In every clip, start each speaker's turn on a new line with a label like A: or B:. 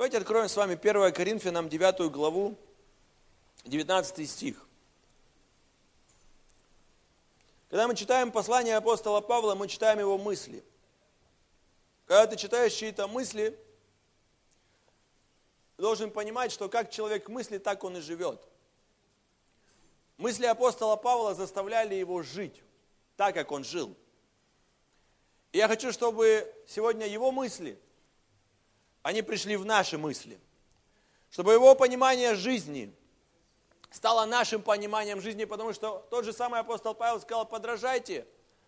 A: Давайте откроем с вами 1 Коринфянам 9 главу, 19 стих. Когда мы читаем послание апостола Павла, мы читаем его мысли. Когда ты читаешь чьи-то мысли, ты должен понимать, что как человек мыслит, так он и живет. Мысли апостола Павла заставляли его жить так, как он жил. И я хочу, чтобы сегодня его мысли, они пришли в наши мысли. Чтобы его понимание жизни стало нашим пониманием жизни, потому что тот же самый апостол Павел сказал: подражайте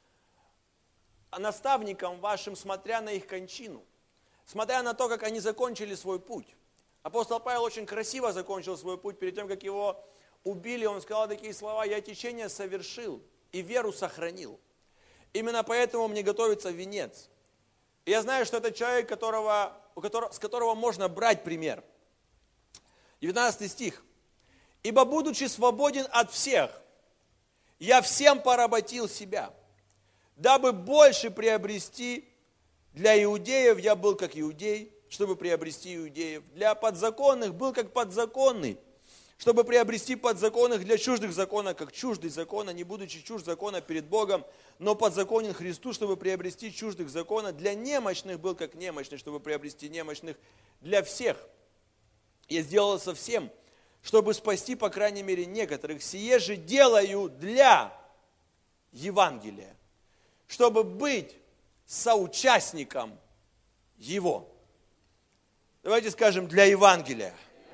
A: наставникам вашим, смотря на их кончину, смотря на то, как они закончили свой путь. Апостол Павел очень красиво закончил свой путь. Перед тем, как его убили, он сказал такие слова: «Я течение совершил и веру сохранил. Именно поэтому мне готовится венец». И я знаю, что это человек, с которого можно брать пример. 19 стих. «Ибо, будучи свободен от всех, я всем поработил себя, дабы больше приобрести. Для иудеев я был как иудей, чтобы приобрести иудеев. Для подзаконных был как подзаконный, чтобы приобрести подзаконных. Для чуждых закона, как чуждый закона, не будучи чужд закона перед Богом, но подзаконен Христу, чтобы приобрести чуждых закона. Для немощных был как немощный, чтобы приобрести немощных. Для всех я сделался всем, чтобы спасти, по крайней мере, некоторых. Сие же делаю для Евангелия, чтобы быть соучастником его». Давайте скажем: для Евангелия.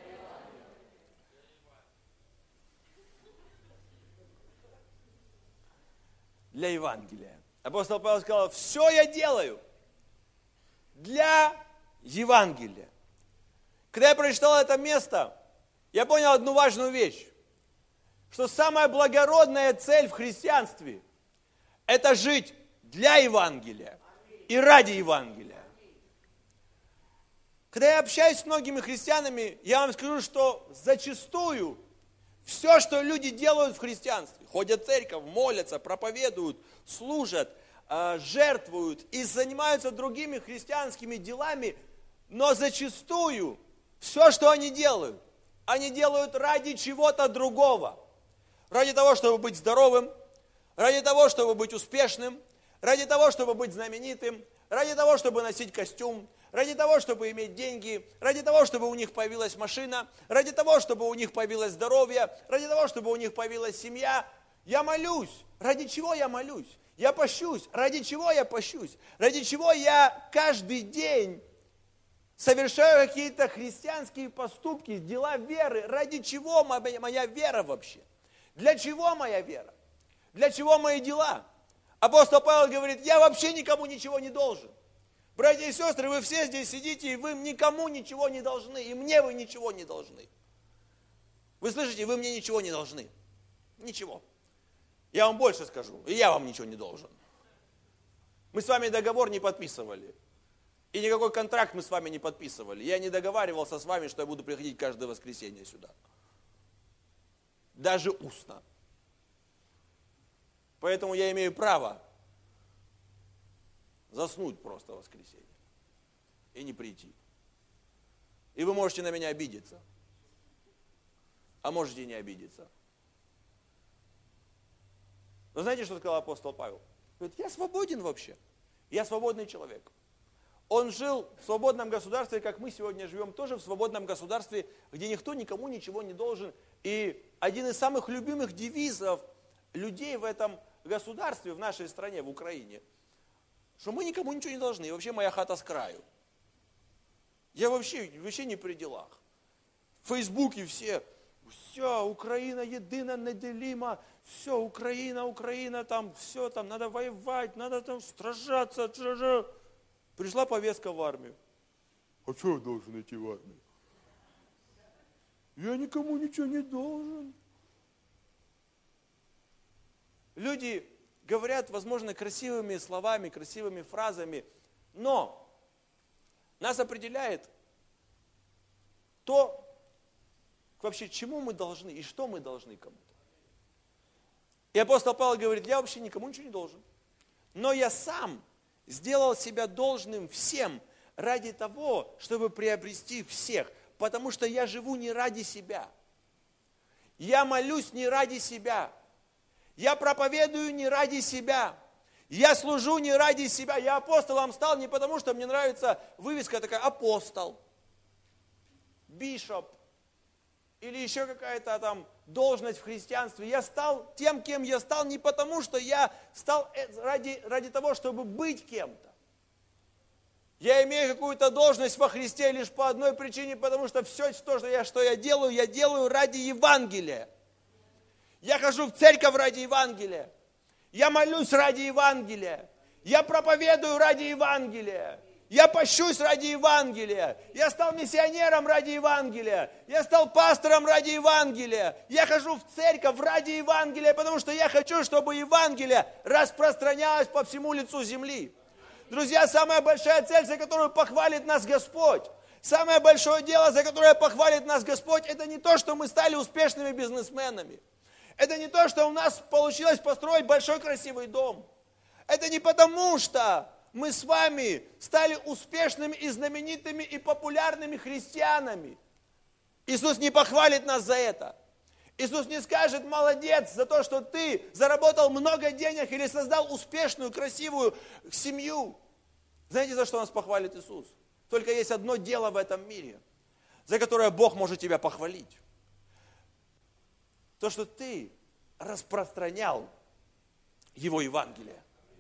A: Для Евангелия. Апостол Павел сказал: все я делаю для Евангелия. Когда я прочитал это место, я понял одну важную вещь, что самая благородная цель в христианстве – это жить для Евангелия и ради Евангелия. Когда я общаюсь с многими христианами, я вам скажу, что зачастую все, что люди делают в христианстве, ходят в церковь, молятся, проповедуют, служат, жертвуют и занимаются другими христианскими делами, но зачастую все, что они делают ради чего-то другого. Ради того, чтобы быть здоровым, ради того, чтобы быть успешным, ради того, чтобы быть знаменитым, ради того, чтобы носить костюм, ради того, чтобы иметь деньги, ради того, чтобы у них появилась машина, ради того, чтобы у них появилось здоровье, ради того, чтобы у них появилась семья. Я молюсь. Ради чего я молюсь? Я пощусь. Ради чего я пощусь? Ради чего я каждый день совершаю какие-то христианские поступки, дела веры? Ради чего моя вера вообще? Для чего моя вера? Для чего мои дела? Апостол Павел говорит: я вообще никому ничего не должен. Братья и сестры, вы все здесь сидите, и вы никому ничего не должны, и мне вы ничего не должны. Вы слышите, вы мне ничего не должны. Ничего. Я вам больше скажу, и я вам ничего не должен. Мы с вами договор не подписывали. И никакой контракт мы с вами не подписывали. Я не договаривался с вами, что я буду приходить каждое воскресенье сюда. Даже устно. Поэтому я имею право заснуть просто в воскресенье и не прийти. И вы можете на меня обидеться, а можете и не обидеться. Вы знаете, что сказал апостол Павел? Говорит: я свободен вообще, я свободный человек. Он жил в свободном государстве, как мы сегодня живем, тоже в свободном государстве, где никто никому ничего не должен. И один из самых любимых девизов людей в этом государстве, в нашей стране, в Украине, что мы никому ничего не должны, и вообще моя хата с краю. Я вообще не при делах. В Фейсбуке все, Украина едина, неделима, все, Украина, там, все, там, надо воевать, надо там сражаться. Пришла повестка в армию. А что я должен идти в армию? Я никому ничего не должен. Люди говорят, возможно, красивыми словами, красивыми фразами, но нас определяет то, вообще, чему мы должны и что мы должны кому-то. И апостол Павел говорит: я вообще никому ничего не должен, но я сам сделал себя должным всем, ради того, чтобы приобрести всех. Потому что я живу не ради себя. Я молюсь не ради себя. Я проповедую не ради себя. Я служу не ради себя. Я апостолом стал не потому, что мне нравится вывеска такая апостол, бишоп или еще какая-то там должность в христианстве. Я стал тем, кем я стал, не потому, что я стал ради того, чтобы быть кем-то. Я имею какую-то должность во Христе лишь по одной причине, потому что все то, что я делаю ради Евангелия. Я хожу в церковь ради Евангелия. Я молюсь ради Евангелия. Я проповедую ради Евангелия. Я пощусь ради Евангелия. Я стал миссионером ради Евангелия. Я стал пастором ради Евангелия. Я хожу в церковь ради Евангелия, потому что я хочу, чтобы Евангелие распространялось по всему лицу земли. Друзья, самая большая цель, за которую похвалит нас Господь, самое большое дело, за которое похвалит нас Господь, это не то, что мы стали успешными бизнесменами. Это не то, что у нас получилось построить большой красивый дом. Это не потому, что мы с вами стали успешными и знаменитыми и популярными христианами. Иисус не похвалит нас за это. Иисус не скажет: молодец за то, что ты заработал много денег или создал успешную, красивую семью. Знаете, за что нас похвалит Иисус? Только есть одно дело в этом мире, за которое Бог может тебя похвалить. То, что ты распространял Его Евангелие.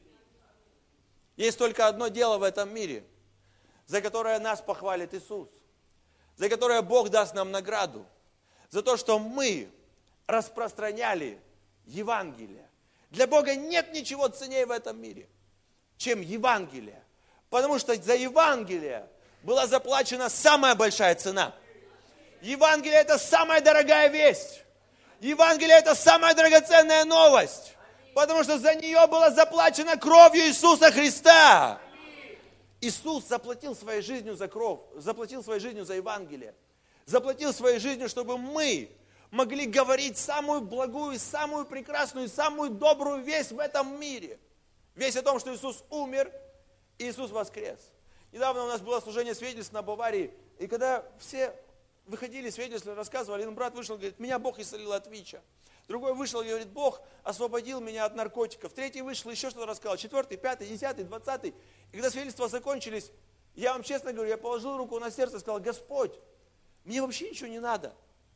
A: Есть только одно дело в этом мире, за которое нас похвалит Иисус, за которое Бог даст нам награду, за то, что мы распространяли Евангелие. Для Бога нет ничего ценнее в этом мире, чем Евангелие. Потому что за Евангелие была заплачена самая большая цена. Евангелие – это самая дорогая весть. Евангелие – это самая драгоценная новость. Потому что за нее было заплачено кровью Иисуса Христа. Иисус заплатил своей жизнью за кровь, заплатил своей жизнью за Евангелие. Заплатил своей жизнью, чтобы мы могли говорить самую благую, самую прекрасную, самую добрую весть в этом мире. Весть о том, что Иисус умер, и Иисус воскрес. Недавно у нас было служение свидетельств на Баварии, и когда все выходили, свидетельства рассказывали, один брат вышел и говорит: меня Бог исцелил от ВИЧа. Другой вышел и говорит: Бог освободил меня от наркотиков. Третий вышел, еще что-то рассказал. 4, 5, 10, 20. И когда свидетельства закончились, я вам честно говорю, я положил руку на сердце и сказал: Господь, мне вообще ничего не надо.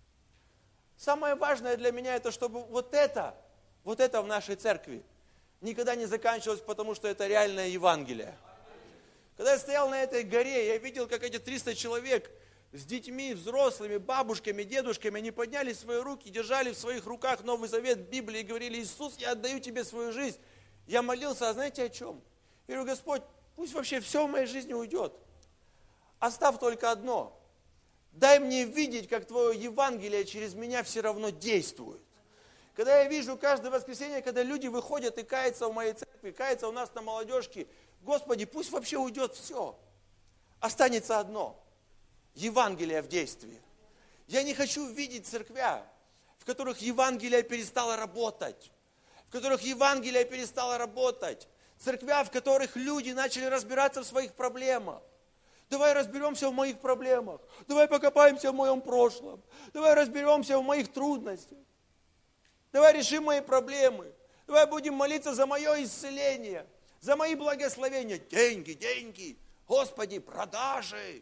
A: Самое важное для меня это, чтобы вот это в нашей церкви никогда не заканчивалось, потому что это реальное Евангелие. Когда я стоял на этой горе, я видел, как эти 300 человек с детьми, взрослыми, бабушками, дедушками, они подняли свои руки, держали в своих руках Новый Завет, Библию и говорили: Иисус, я отдаю тебе свою жизнь. Я молился, а знаете о чем? Я говорю: Господь, пусть вообще все в моей жизни уйдет. Оставь только одно. Дай мне видеть, как Твое Евангелие через меня все равно действует. Когда я вижу каждое воскресенье, когда люди выходят и каются в моей церкви, каются у нас на молодежке, Господи, пусть вообще уйдет все. Останется одно. Евангелие в действии. Я не хочу видеть церквя, в которых Евангелие перестало работать. В которых Евангелие перестало работать. Церквя, в которых люди начали разбираться в своих проблемах. Давай разберемся в моих проблемах. Давай покопаемся в моем прошлом. Давай разберемся в моих трудностях. Давай решим мои проблемы. Давай будем молиться за мое исцеление, за мои благословения. Деньги, деньги. Господи, продажи.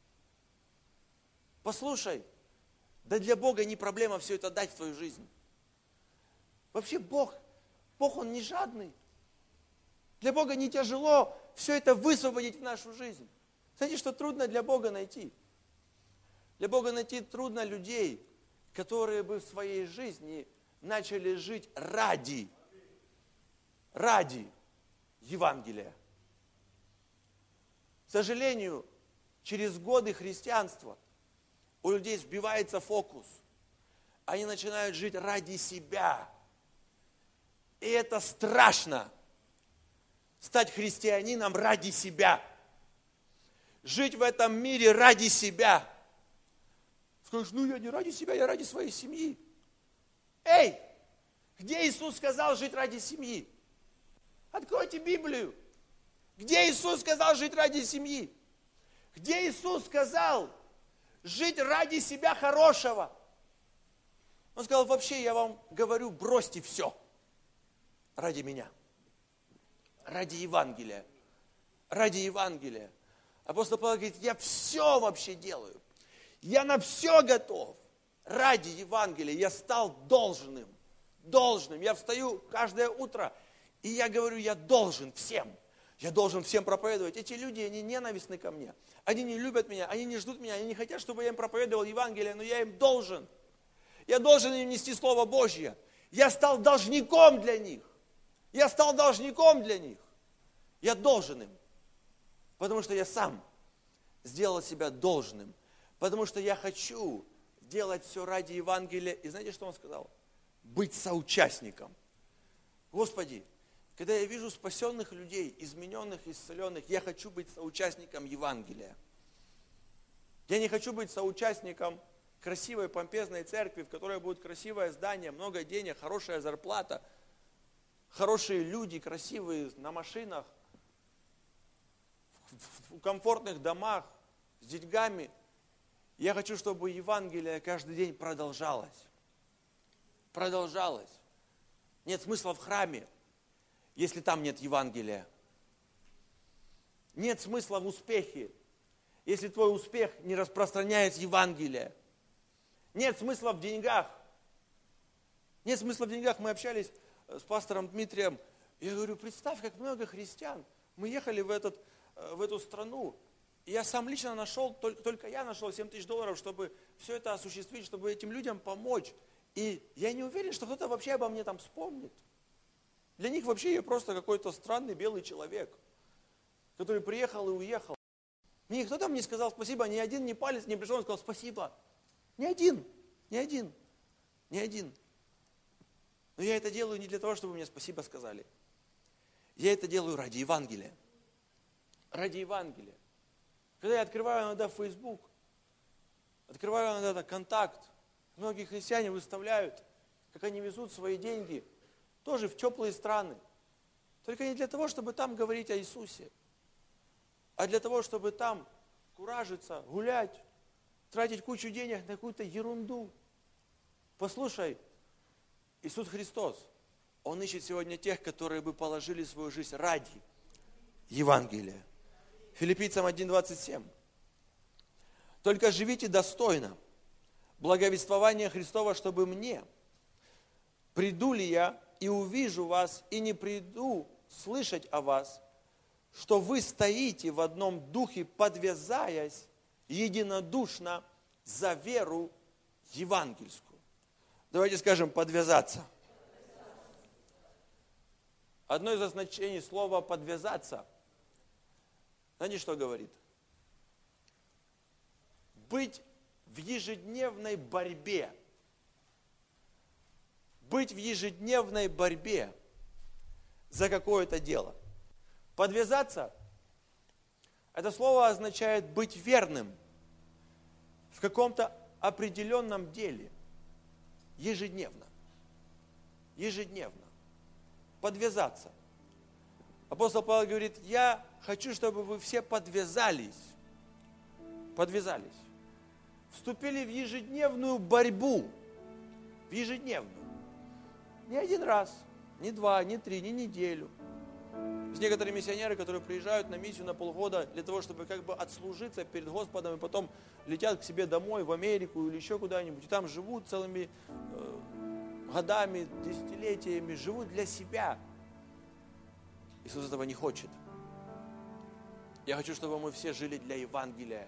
A: Послушай, да для Бога не проблема все это дать в твою жизнь. Вообще Бог, Он не жадный. Для Бога не тяжело все это высвободить в нашу жизнь. Знаете, что трудно для Бога найти? Для Бога найти трудно людей, которые бы в своей жизни начали жить ради Евангелия. К сожалению, через годы христианства у людей сбивается фокус. Они начинают жить ради себя. И это страшно. Стать христианином ради себя. Жить в этом мире ради себя. Скажешь: ну я не ради себя, я ради своей семьи. Эй, где Иисус сказал жить ради семьи? Откройте Библию. Где Иисус сказал жить ради семьи? Где Иисус сказал жить ради себя хорошего? Он сказал, вообще я вам говорю, бросьте все ради меня, ради Евангелия, ради Евангелия. Апостол Павел говорит, я все вообще делаю, я на все готов. Ради Евангелия я стал должным. Я встаю каждое утро, и я говорю, я должен всем проповедовать. Эти люди, они ненавистны ко мне, они не любят меня, они не ждут меня, они не хотят, чтобы я им проповедовал Евангелие, но я им должен. Я должен им нести Слово Божье. Я стал должником для них. Я должен им. Потому что я сам сделал себя должным. Потому что я хочу делать все ради Евангелия. И знаете, что он сказал? Быть соучастником. Господи, когда я вижу спасенных людей, измененных, исцеленных, я хочу быть соучастником Евангелия. Я не хочу быть соучастником красивой, помпезной церкви, в которой будет красивое здание, много денег, хорошая зарплата, хорошие люди, красивые, на машинах, в комфортных домах, с деньгами. Я хочу, чтобы Евангелие каждый день продолжалось. Нет смысла в храме, если там нет Евангелия. Нет смысла в успехе, если твой успех не распространяет Евангелие. Нет смысла в деньгах. Мы общались с пастором Дмитрием. Я говорю, представь, как много христиан. Мы ехали в эту страну. И я сам лично нашел, только я нашел $7 тысяч, чтобы все это осуществить, чтобы этим людям помочь. И я не уверен, что кто-то вообще обо мне там вспомнит. Для них вообще я просто какой-то странный белый человек, который приехал и уехал. Мне никто там не сказал спасибо, ни один, ни палец не пришел и сказал спасибо. Ни один. Но я это делаю не для того, чтобы мне спасибо сказали. Я это делаю ради Евангелия. Когда я открываю иногда Facebook, открываю иногда контакт, многие христиане выставляют, как они везут свои деньги, тоже в теплые страны. Только не для того, чтобы там говорить о Иисусе, а для того, чтобы там куражиться, гулять, тратить кучу денег на какую-то ерунду. Послушай, Иисус Христос, Он ищет сегодня тех, которые бы положили свою жизнь ради Евангелия. Филиппийцам 1:27. Только живите достойно благовествования Христова, чтобы мне, приду ли я и увижу вас, и не приду слышать о вас, что вы стоите в одном духе, подвязаясь единодушно за веру евангельскую. Давайте скажем подвязаться. Одно из значений слова подвязаться, знаете, что говорит? Быть в ежедневной борьбе. Быть в ежедневной борьбе за какое-то дело. Подвязаться, это слово означает быть верным в каком-то определенном деле. Ежедневно. Подвязаться. Апостол Павел говорит, я хочу, чтобы вы все подвязались. Вступили в ежедневную борьбу. Не один раз, не два, не три, не неделю. Есть некоторые миссионеры, которые приезжают на миссию на полгода для того, чтобы как бы отслужиться перед Господом, и потом летят к себе домой, в Америку или еще куда-нибудь, и там живут целыми годами, десятилетиями, живут для себя. Иисус этого не хочет. Я хочу, чтобы мы все жили для Евангелия.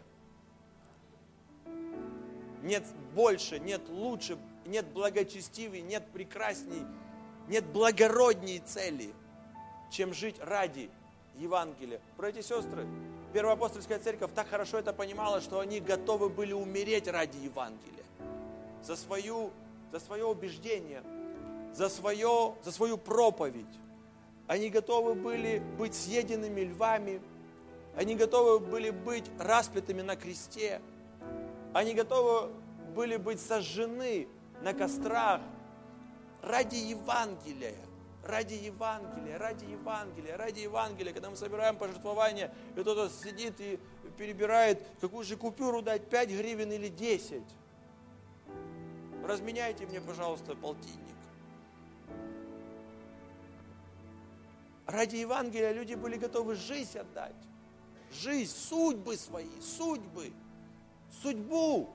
A: Нет больше, нет лучше, нет благочестивей, нет прекрасней, нет благородней цели, чем жить ради Евангелия. Братья и сестры, Первая апостольская церковь так хорошо это понимала, что они готовы были умереть ради Евангелия. За свое убеждение, за свою проповедь. Они готовы были быть съеденными львами. Они готовы были быть распятыми на кресте. Они готовы были быть сожжены на кострах ради Евангелия. Ради Евангелия. Когда мы собираем пожертвования, и кто-то сидит и перебирает, какую же купюру дать, 5 гривен или 10. Разменяйте мне, пожалуйста, полтинник. Ради Евангелия люди были готовы жизнь отдать. Жизнь, судьбы свои, судьбу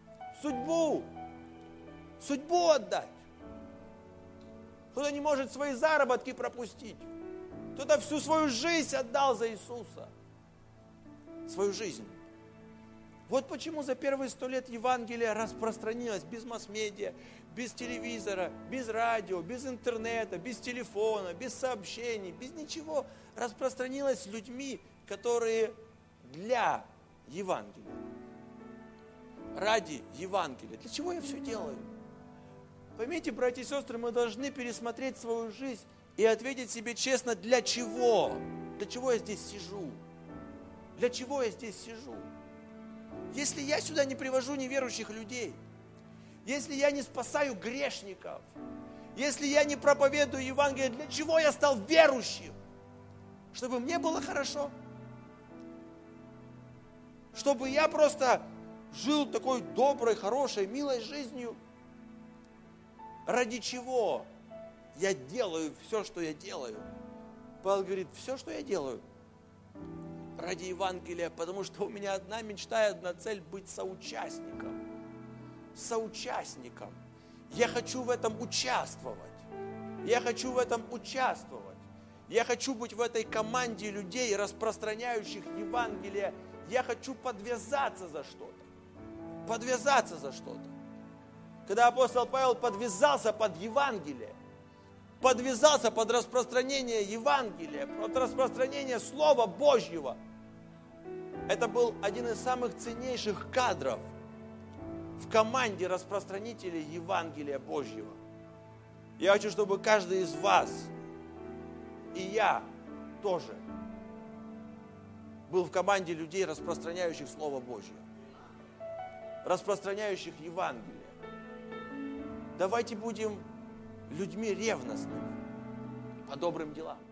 A: отдать. Кто-то не может свои заработки пропустить. Кто-то всю свою жизнь отдал за Иисуса. Свою жизнь. Вот почему за первые 100 лет Евангелие распространилось без масс-медиа, без телевизора, без радио, без интернета, без телефона, без сообщений, без ничего. Распространилось людьми, которые для Евангелия. Ради Евангелия. Для чего я все делаю? Поймите, братья и сестры, мы должны пересмотреть свою жизнь и ответить себе честно, для чего? Для чего я здесь сижу? Для чего я здесь сижу? Если я сюда не привожу неверующих людей, если я не спасаю грешников, если я не проповедую Евангелие, для чего я стал верующим? Чтобы мне было хорошо? Чтобы я просто жил такой доброй, хорошей, милой жизнью? Ради чего я делаю все, что я делаю? Павел говорит, все, что я делаю, ради Евангелия, потому что у меня одна мечта и одна цель – быть соучастником. Соучастником. Я хочу в этом участвовать. Я хочу в этом участвовать. Я хочу быть в этой команде людей, распространяющих Евангелие. Я хочу подвязаться за что-то. Подвязаться за что-то. Когда апостол Павел подвязался под Евангелие, подвязался под распространение Евангелия, под распространение Слова Божьего, это был один из самых ценнейших кадров в команде распространителей Евангелия Божьего. Я хочу, чтобы каждый из вас, и я тоже, был в команде людей, распространяющих Слово Божье, распространяющих Евангелие. Давайте будем людьми ревностными по добрым делам.